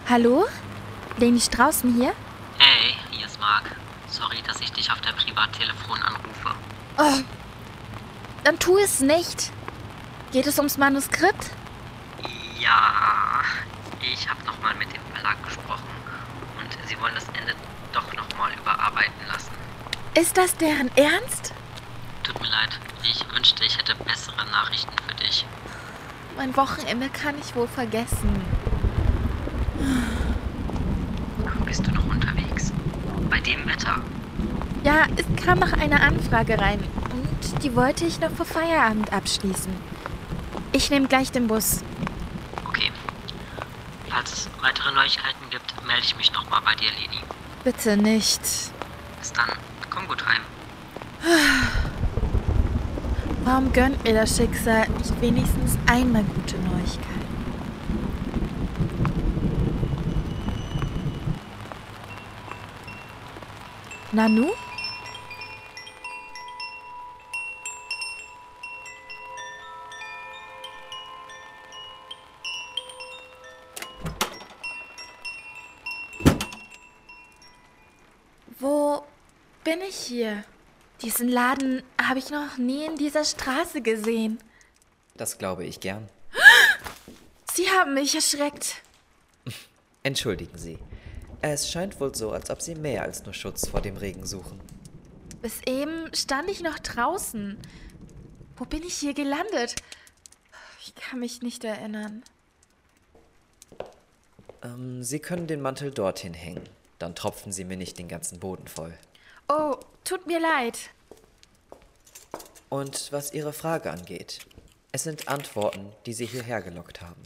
Hallo? Leni Straußen hier? Hey, hier ist Marc. Sorry, dass ich dich auf der Privattelefon anrufe. Oh, dann tu es nicht. Geht es ums Manuskript? Ja, ich habe nochmal mit dem Verlag gesprochen und sie wollen das Ende doch nochmal überarbeiten lassen. Ist das deren Ernst? Tut mir leid, ich wünschte, ich hätte bessere Nachrichten für dich. Mein Wochenende kann ich wohl vergessen. Bist du noch unterwegs? Bei dem Wetter? Ja, es kam noch eine Anfrage rein und die wollte ich noch vor Feierabend abschließen. Ich nehme gleich den Bus. Okay. Falls es weitere Neuigkeiten gibt, melde ich mich nochmal bei dir, Leni. Bitte nicht. Bis dann. Komm gut heim. Warum gönnt mir das Schicksal nicht wenigstens einmal gute Neuigkeiten? Nanu? Wo bin ich hier? Diesen Laden habe ich noch nie in dieser Straße gesehen. Das glaube ich gern. Sie haben mich erschreckt. Entschuldigen Sie. Es scheint wohl so, als ob Sie mehr als nur Schutz vor dem Regen suchen. Bis eben stand ich noch draußen. Wo bin ich hier gelandet? Ich kann mich nicht erinnern. Sie können den Mantel dorthin hängen. Dann tropfen Sie mir nicht den ganzen Boden voll. Oh, tut mir leid. Und was Ihre Frage angeht, es sind Antworten, die Sie hierher gelockt haben.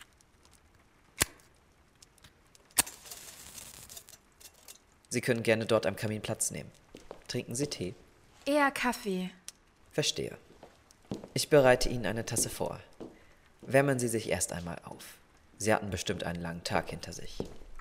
Sie können gerne dort am Kamin Platz nehmen. Trinken Sie Tee? Eher Kaffee. Verstehe. Ich bereite Ihnen eine Tasse vor. Wärmen Sie sich erst einmal auf. Sie hatten bestimmt einen langen Tag hinter sich.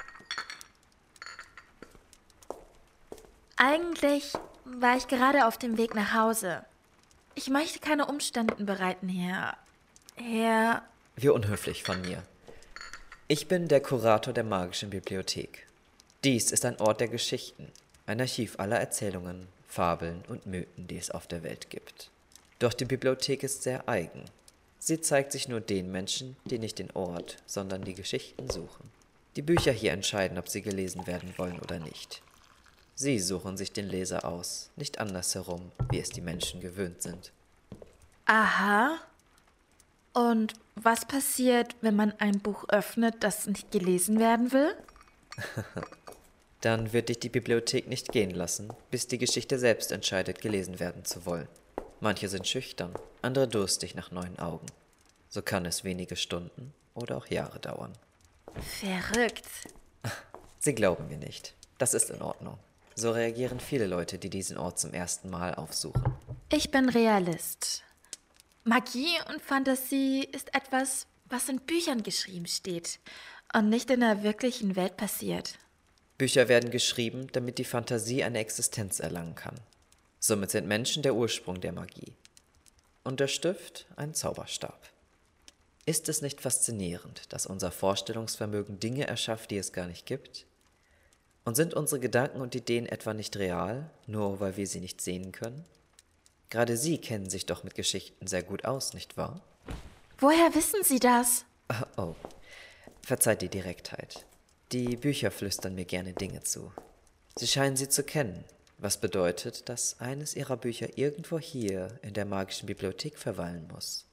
Eigentlich war ich gerade auf dem Weg nach Hause. Ich möchte keine Umständen bereiten, Herr... Wie unhöflich von mir. Ich bin der Kurator der Magischen Bibliothek. Dies ist ein Ort der Geschichten, ein Archiv aller Erzählungen, Fabeln und Mythen, die es auf der Welt gibt. Doch die Bibliothek ist sehr eigen. Sie zeigt sich nur den Menschen, die nicht den Ort, sondern die Geschichten suchen. Die Bücher hier entscheiden, ob sie gelesen werden wollen oder nicht. Sie suchen sich den Leser aus, nicht andersherum, wie es die Menschen gewöhnt sind. Aha. Und was passiert, wenn man ein Buch öffnet, das nicht gelesen werden will? Dann wird dich die Bibliothek nicht gehen lassen, bis die Geschichte selbst entscheidet, gelesen werden zu wollen. Manche sind schüchtern, andere durstig nach neuen Augen. So kann es wenige Stunden oder auch Jahre dauern. Verrückt. Sie glauben mir nicht. Das ist in Ordnung. So reagieren viele Leute, die diesen Ort zum ersten Mal aufsuchen. Ich bin Realist. Magie und Fantasie ist etwas, was in Büchern geschrieben steht und nicht in der wirklichen Welt passiert. Bücher werden geschrieben, damit die Fantasie eine Existenz erlangen kann. Somit sind Menschen der Ursprung der Magie. Und der Stift ein Zauberstab. Ist es nicht faszinierend, dass unser Vorstellungsvermögen Dinge erschafft, die es gar nicht gibt? Und sind unsere Gedanken und Ideen etwa nicht real, nur weil wir sie nicht sehen können? Gerade Sie kennen sich doch mit Geschichten sehr gut aus, nicht wahr? Woher wissen Sie das? Oh, verzeiht die Direktheit. Die Bücher flüstern mir gerne Dinge zu. Sie scheinen sie zu kennen, was bedeutet, dass eines ihrer Bücher irgendwo hier in der magischen Bibliothek verweilen muss.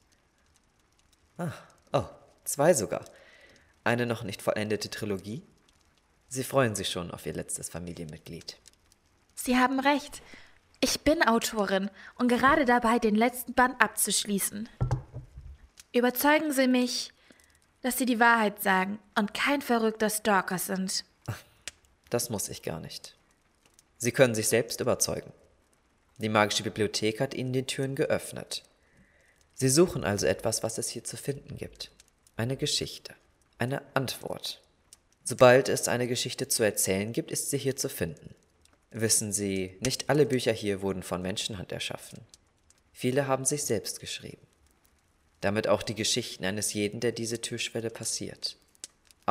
Oh, 2 sogar. Eine noch nicht vollendete Trilogie? Sie freuen sich schon auf ihr letztes Familienmitglied. Sie haben recht. Ich bin Autorin und gerade dabei, den letzten Band abzuschließen. Überzeugen Sie mich, dass Sie die Wahrheit sagen und kein verrückter Stalker sind. Das muss ich gar nicht. Sie können sich selbst überzeugen. Die magische Bibliothek hat Ihnen die Türen geöffnet. Sie suchen also etwas, was es hier zu finden gibt. Eine Geschichte, eine Antwort. Sobald es eine Geschichte zu erzählen gibt, ist sie hier zu finden. Wissen Sie, nicht alle Bücher hier wurden von Menschenhand erschaffen. Viele haben sich selbst geschrieben. Damit auch die Geschichten eines jeden, der diese Türschwelle passiert. Auch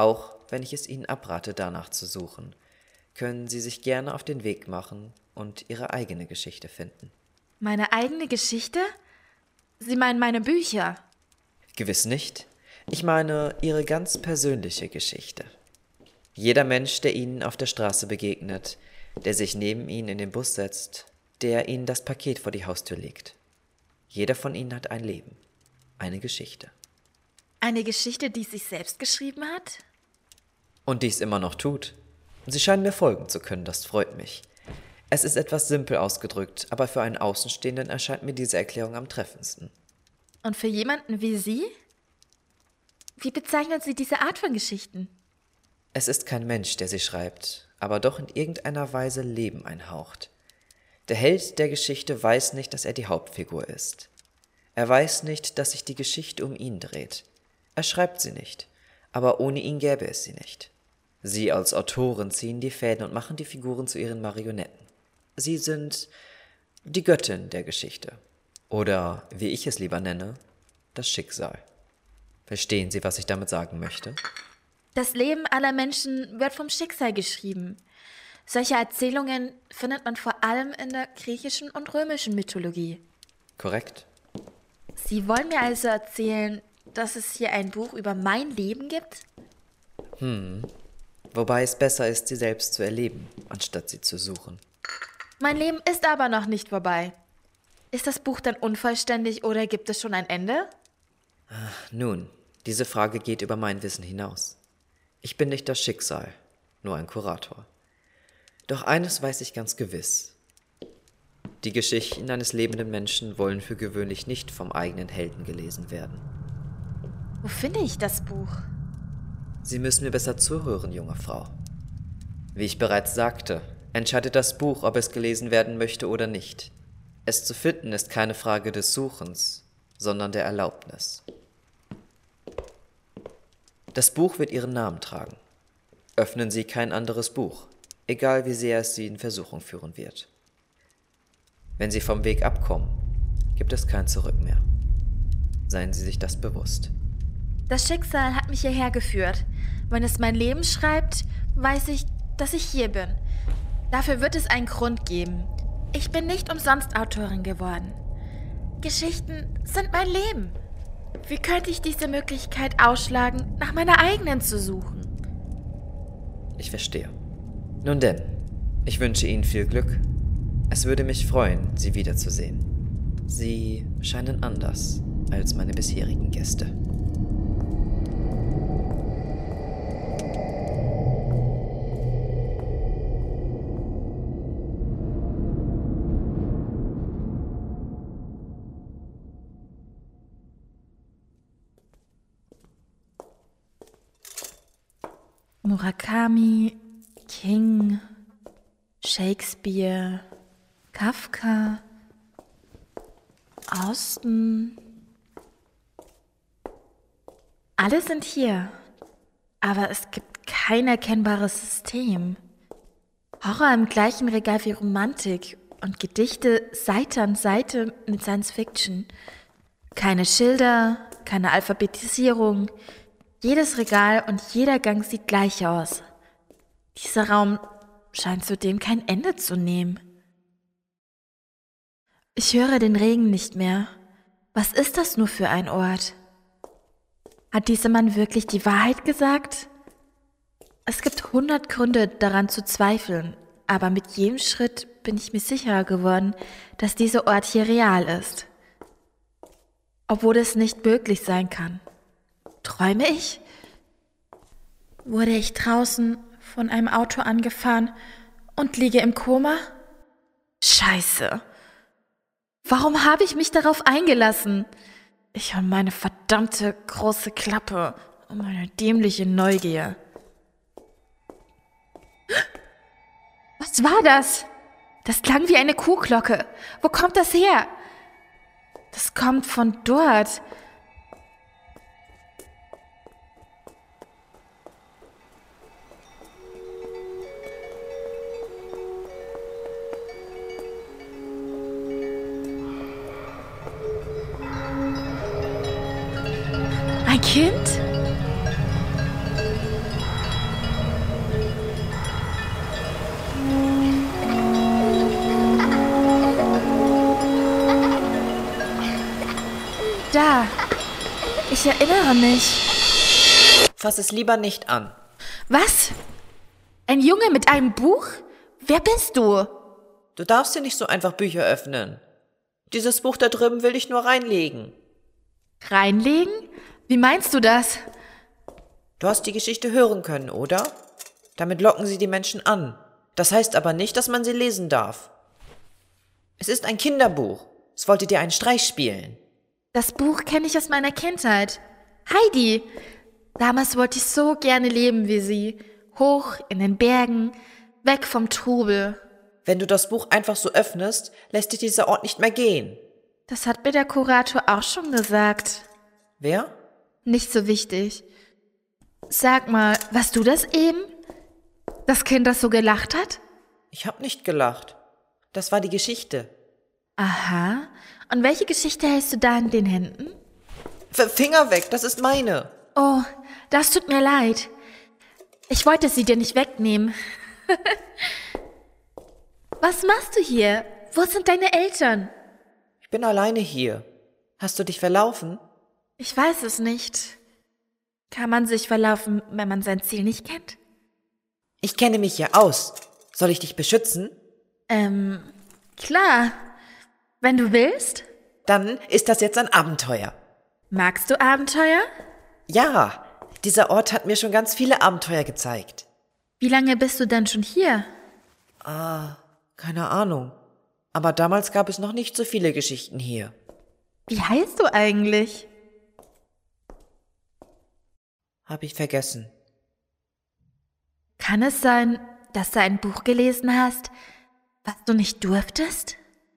wenn ich es Ihnen abrate, danach zu suchen, können Sie sich gerne auf den Weg machen und Ihre eigene Geschichte finden. Meine eigene Geschichte? Sie meinen meine Bücher? Gewiss nicht. Ich meine Ihre ganz persönliche Geschichte. Jeder Mensch, der Ihnen auf der Straße begegnet, der sich neben Ihnen in den Bus setzt, der Ihnen das Paket vor die Haustür legt. Jeder von Ihnen hat ein Leben, eine Geschichte. Eine Geschichte, die sich selbst geschrieben hat? Und dies immer noch tut. Sie scheinen mir folgen zu können, das freut mich. Es ist etwas simpel ausgedrückt, aber für einen Außenstehenden erscheint mir diese Erklärung am treffendsten. Und für jemanden wie Sie? Wie bezeichnen Sie diese Art von Geschichten? Es ist kein Mensch, der sie schreibt, aber doch in irgendeiner Weise Leben einhaucht. Der Held der Geschichte weiß nicht, dass er die Hauptfigur ist. Er weiß nicht, dass sich die Geschichte um ihn dreht. Er schreibt sie nicht, aber ohne ihn gäbe es sie nicht. Sie als Autoren ziehen die Fäden und machen die Figuren zu ihren Marionetten. Sie sind die Göttin der Geschichte. Oder, wie ich es lieber nenne, das Schicksal. Verstehen Sie, was ich damit sagen möchte? Das Leben aller Menschen wird vom Schicksal geschrieben. Solche Erzählungen findet man vor allem in der griechischen und römischen Mythologie. Korrekt. Sie wollen mir also erzählen, dass es hier ein Buch über mein Leben gibt? Wobei es besser ist, sie selbst zu erleben, anstatt sie zu suchen. Mein Leben ist aber noch nicht vorbei. Ist das Buch dann unvollständig oder gibt es schon ein Ende? Nun, diese Frage geht über mein Wissen hinaus. Ich bin nicht das Schicksal, nur ein Kurator. Doch eines weiß ich ganz gewiss. Die Geschichten eines lebenden Menschen wollen für gewöhnlich nicht vom eigenen Helden gelesen werden. Wo finde ich das Buch? Sie müssen mir besser zuhören, junge Frau. Wie ich bereits sagte, entscheidet das Buch, ob es gelesen werden möchte oder nicht. Es zu finden ist keine Frage des Suchens, sondern der Erlaubnis. Das Buch wird Ihren Namen tragen. Öffnen Sie kein anderes Buch, egal wie sehr es Sie in Versuchung führen wird. Wenn Sie vom Weg abkommen, gibt es kein Zurück mehr. Seien Sie sich das bewusst. Das Schicksal hat mich hierher geführt. Wenn es mein Leben schreibt, weiß ich, dass ich hier bin. Dafür wird es einen Grund geben. Ich bin nicht umsonst Autorin geworden. Geschichten sind mein Leben. Wie könnte ich diese Möglichkeit ausschlagen, nach meiner eigenen zu suchen? Ich verstehe. Nun denn, ich wünsche Ihnen viel Glück. Es würde mich freuen, Sie wiederzusehen. Sie scheinen anders als meine bisherigen Gäste. Murakami, King, Shakespeare, Kafka, Austen. Alle sind hier, aber es gibt kein erkennbares System. Horror im gleichen Regal wie Romantik und Gedichte Seite an Seite mit Science Fiction. Keine Schilder, keine Alphabetisierung. Jedes Regal und jeder Gang sieht gleich aus. Dieser Raum scheint zudem kein Ende zu nehmen. Ich höre den Regen nicht mehr. Was ist das nur für ein Ort? Hat dieser Mann wirklich die Wahrheit gesagt? Es gibt 100 Gründe daran zu zweifeln, aber mit jedem Schritt bin ich mir sicherer geworden, dass dieser Ort hier real ist. Obwohl es nicht möglich sein kann. Träume ich? Wurde ich draußen von einem Auto angefahren und liege im Koma? Scheiße. Warum habe ich mich darauf eingelassen? Ich und meine verdammte große Klappe und meine dämliche Neugier. Was war das? Das klang wie eine Kuhglocke. Wo kommt das her? Das kommt von dort. Ein Kind? Da. Ich erinnere mich. Fass es lieber nicht an. Was? Ein Junge mit einem Buch? Wer bist du? Du darfst hier nicht so einfach Bücher öffnen. Dieses Buch da drüben will ich nur reinlegen. Reinlegen? Wie meinst du das? Du hast die Geschichte hören können, oder? Damit locken sie die Menschen an. Das heißt aber nicht, dass man sie lesen darf. Es ist ein Kinderbuch. Es wollte dir einen Streich spielen. Das Buch kenne ich aus meiner Kindheit. Heidi. Damals wollte ich so gerne leben wie sie. Hoch in den Bergen, weg vom Trubel. Wenn du das Buch einfach so öffnest, lässt dich dieser Ort nicht mehr gehen. Das hat mir der Kurator auch schon gesagt. Wer? Nicht so wichtig. Sag mal, warst du das eben? Das Kind, das so gelacht hat? Ich hab nicht gelacht. Das war die Geschichte. Aha. Und welche Geschichte hältst du da in den Händen? Finger weg, das ist meine. Oh, das tut mir leid. Ich wollte sie dir nicht wegnehmen. Was machst du hier? Wo sind deine Eltern? Ich bin alleine hier. Hast du dich verlaufen? Ich weiß es nicht. Kann man sich verlaufen, wenn man sein Ziel nicht kennt? Ich kenne mich hier aus. Soll ich dich beschützen? Klar. Wenn du willst. Dann ist das jetzt ein Abenteuer. Magst du Abenteuer? Ja, dieser Ort hat mir schon ganz viele Abenteuer gezeigt. Wie lange bist du denn schon hier? Keine Ahnung. Aber damals gab es noch nicht so viele Geschichten hier. Wie heißt du eigentlich? Hab ich vergessen. Kann es sein, dass du ein Buch gelesen hast, was du nicht durftest?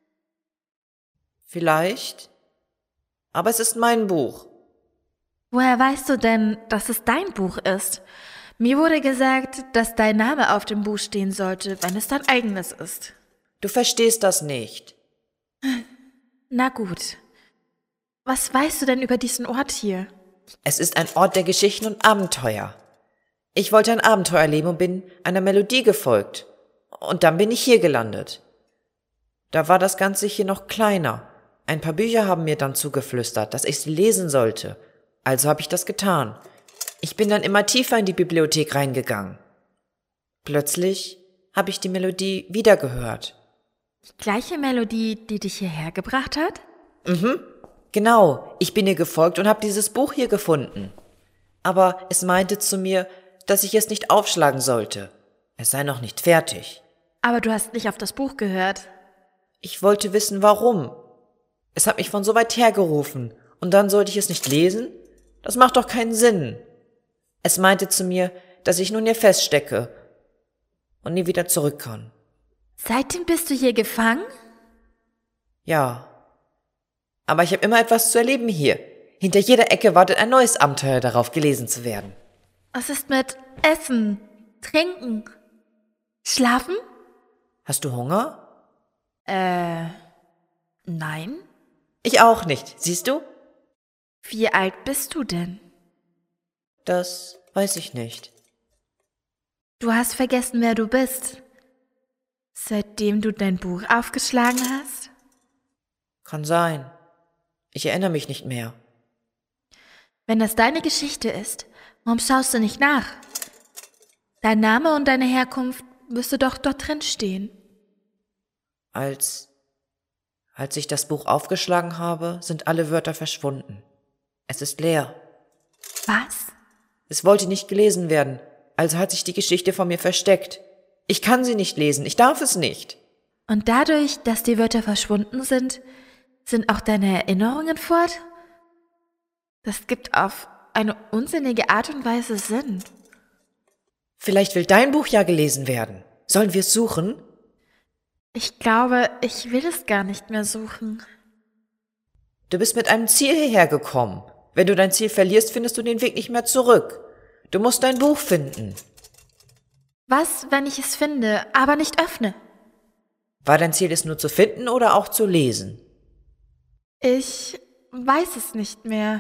Vielleicht. Aber es ist mein Buch. Woher weißt du denn, dass es dein Buch ist? Mir wurde gesagt, dass dein Name auf dem Buch stehen sollte, wenn es dein eigenes ist. Du verstehst das nicht. Na gut. Was weißt du denn über diesen Ort hier? Es ist ein Ort der Geschichten und Abenteuer. Ich wollte ein Abenteuer erleben und bin einer Melodie gefolgt. Und dann bin ich hier gelandet. Da war das Ganze hier noch kleiner. Ein paar Bücher haben mir dann zugeflüstert, dass ich sie lesen sollte. Also habe ich das getan. Ich bin dann immer tiefer in die Bibliothek reingegangen. Plötzlich habe ich die Melodie wieder gehört. Die gleiche Melodie, die dich hierher gebracht hat? Genau, ich bin ihr gefolgt und habe dieses Buch hier gefunden. Aber es meinte zu mir, dass ich es nicht aufschlagen sollte. Es sei noch nicht fertig. Aber du hast nicht auf das Buch gehört. Ich wollte wissen, warum. Es hat mich von so weit her gerufen und dann sollte ich es nicht lesen? Das macht doch keinen Sinn. Es meinte zu mir, dass ich nun hier feststecke und nie wieder zurück kann. Seitdem bist du hier gefangen? Ja. Aber ich habe immer etwas zu erleben hier. Hinter jeder Ecke wartet ein neues Abenteuer darauf, gelesen zu werden. Was ist mit Essen, Trinken, Schlafen? Hast du Hunger? Nein. Ich auch nicht, siehst du? Wie alt bist du denn? Das weiß ich nicht. Du hast vergessen, wer du bist. Seitdem du dein Buch aufgeschlagen hast? Kann sein. Ich erinnere mich nicht mehr. Wenn das deine Geschichte ist, warum schaust du nicht nach? Dein Name und deine Herkunft müsste doch dort drin stehen. Als ich das Buch aufgeschlagen habe, sind alle Wörter verschwunden. Es ist leer. Was? Es wollte nicht gelesen werden, also hat sich die Geschichte vor mir versteckt. Ich kann sie nicht lesen, ich darf es nicht. Und dadurch, dass die Wörter verschwunden sind auch deine Erinnerungen fort? Das gibt auf eine unsinnige Art und Weise Sinn. Vielleicht will dein Buch ja gelesen werden. Sollen wir es suchen? Ich glaube, ich will es gar nicht mehr suchen. Du bist mit einem Ziel hierher gekommen. Wenn du dein Ziel verlierst, findest du den Weg nicht mehr zurück. Du musst dein Buch finden. Was, wenn ich es finde, aber nicht öffne? War dein Ziel, es nur zu finden oder auch zu lesen? Ich weiß es nicht mehr.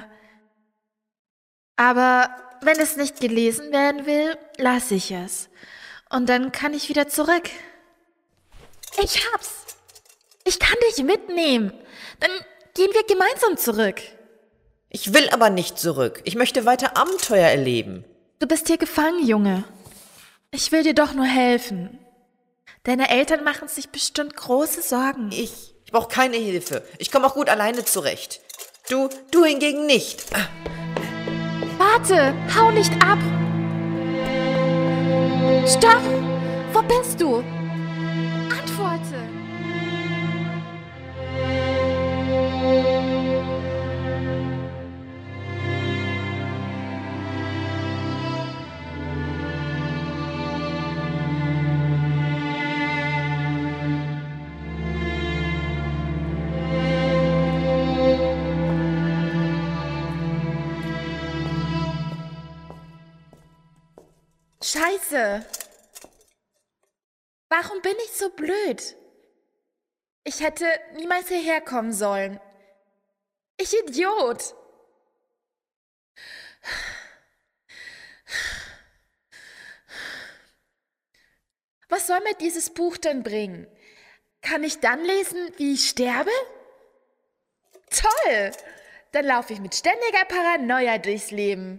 Aber wenn es nicht gelesen werden will, lasse ich es. Und dann kann ich wieder zurück. Ich hab's. Ich kann dich mitnehmen. Dann gehen wir gemeinsam zurück. Ich will aber nicht zurück. Ich möchte weiter Abenteuer erleben. Du bist hier gefangen, Junge. Ich will dir doch nur helfen. Deine Eltern machen sich bestimmt große Sorgen. Ich brauche keine Hilfe. Ich komme auch gut alleine zurecht. Du hingegen nicht. Warte, hau nicht ab. Stopp! Wo bist du? Antworte! Scheiße! Warum bin ich so blöd? Ich hätte niemals hierher kommen sollen. Ich Idiot! Was soll mir dieses Buch denn bringen? Kann ich dann lesen, wie ich sterbe? Toll! Dann laufe ich mit ständiger Paranoia durchs Leben.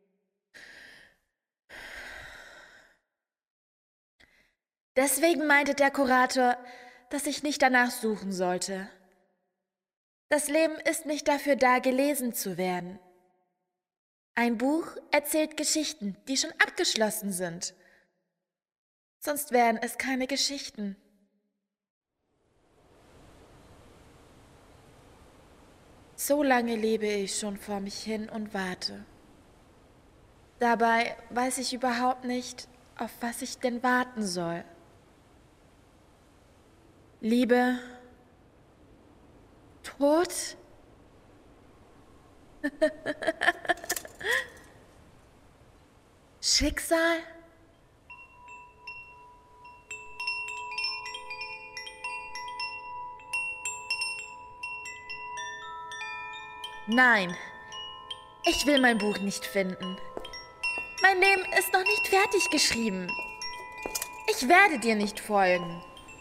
Deswegen meinte der Kurator, dass ich nicht danach suchen sollte. Das Leben ist nicht dafür da, gelesen zu werden. Ein Buch erzählt Geschichten, die schon abgeschlossen sind. Sonst wären es keine Geschichten. So lange lebe ich schon vor mich hin und warte. Dabei weiß ich überhaupt nicht, auf was ich denn warten soll. Liebe, Tod? Schicksal? Nein, ich will mein Buch nicht finden. Mein Leben ist noch nicht fertig geschrieben. Ich werde dir nicht folgen.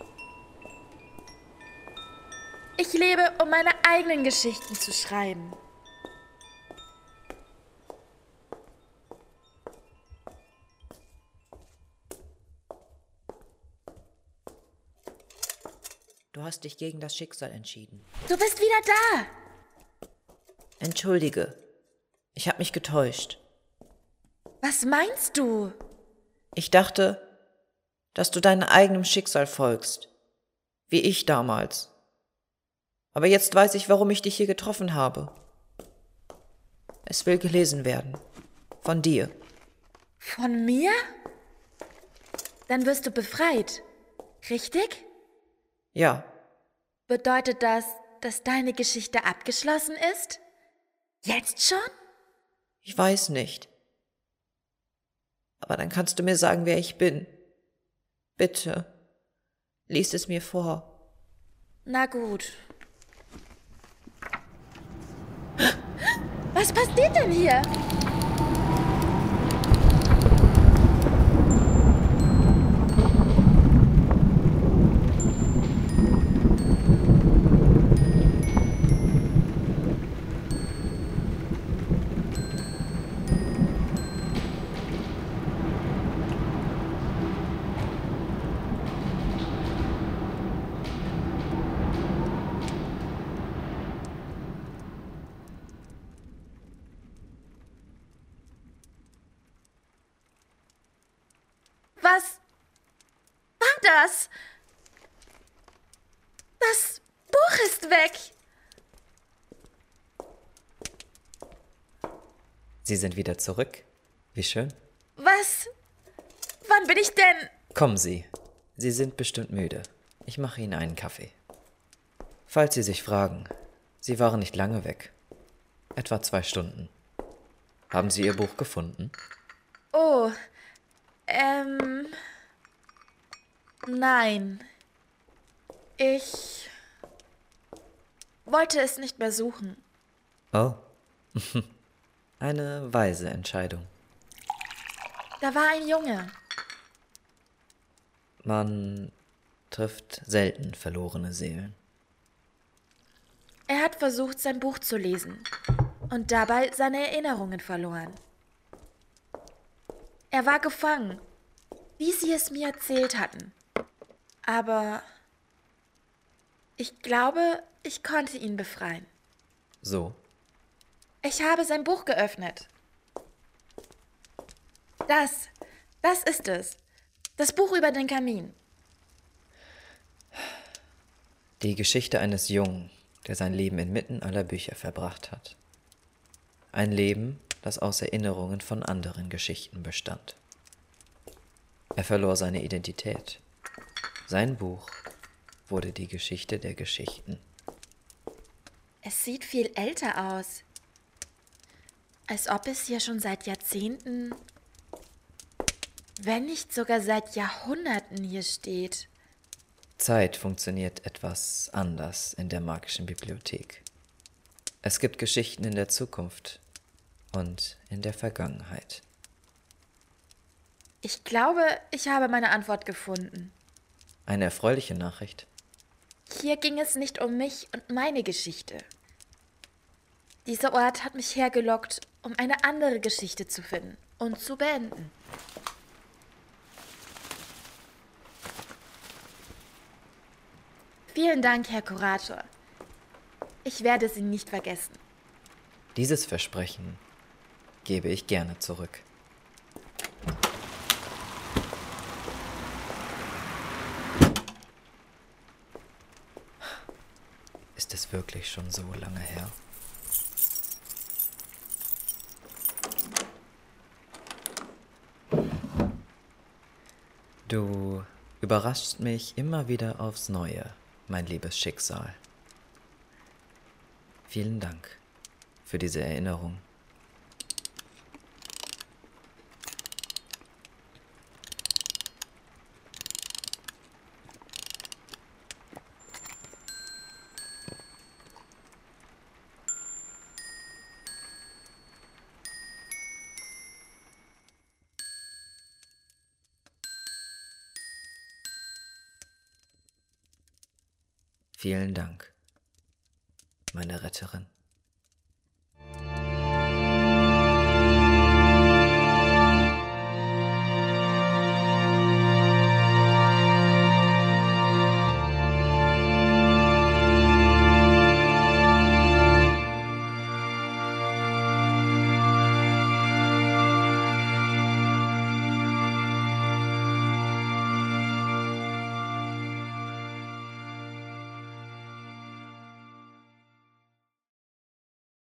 Ich lebe, um meine eigenen Geschichten zu schreiben. Du hast dich gegen das Schicksal entschieden. Du bist wieder da! Entschuldige, ich habe mich getäuscht. Was meinst du? Ich dachte, dass du deinem eigenen Schicksal folgst, wie ich damals. Aber jetzt weiß ich, warum ich dich hier getroffen habe. Es will gelesen werden. Von dir. Von mir? Dann wirst du befreit. Richtig? Ja, Bedeutet das, dass deine Geschichte abgeschlossen ist? Jetzt schon? ich weiß nicht. Aber dann kannst du mir sagen, wer ich bin. Bitte, lies es mir vor. Na gut. Was passiert denn hier? Was war das? Das Buch ist weg. Sie sind wieder zurück. Wie schön. Was? Wann bin ich denn? Kommen Sie. Sie sind bestimmt müde. Ich mache Ihnen einen Kaffee. Falls Sie sich fragen, Sie waren nicht lange weg. Etwa 2 Stunden. Haben Sie Ihr Buch gefunden? Oh, nein. Ich wollte es nicht mehr suchen. Oh. Eine weise Entscheidung. Da war ein Junge. Man trifft selten verlorene Seelen. Er hat versucht, sein Buch zu lesen. und dabei seine Erinnerungen verloren. Er war gefangen, wie sie es mir erzählt hatten. Aber ich glaube, ich konnte ihn befreien. So? Ich habe sein Buch geöffnet. Das ist es. Das Buch über den Kamin. Die Geschichte eines Jungen, der sein Leben inmitten aller Bücher verbracht hat. Ein Leben, das aus Erinnerungen von anderen Geschichten bestand. Er verlor seine Identität. Sein Buch wurde die Geschichte der Geschichten. Es sieht viel älter aus. Als ob es hier schon seit Jahrzehnten, wenn nicht sogar seit Jahrhunderten hier steht. Zeit funktioniert etwas anders in der magischen Bibliothek. Es gibt Geschichten in der Zukunft und in der Vergangenheit. Ich glaube, ich habe meine Antwort gefunden. Eine erfreuliche Nachricht. Hier ging es nicht um mich und meine Geschichte. Dieser Ort hat mich hergelockt, um eine andere Geschichte zu finden und zu beenden. Vielen Dank, Herr Kurator. Ich werde Sie nicht vergessen. Dieses Versprechen gebe ich gerne zurück. Ist es wirklich schon so lange her? Du überraschst mich immer wieder aufs Neue, mein liebes Schicksal. Vielen Dank für diese Erinnerung. Vielen Dank, meine Retterin.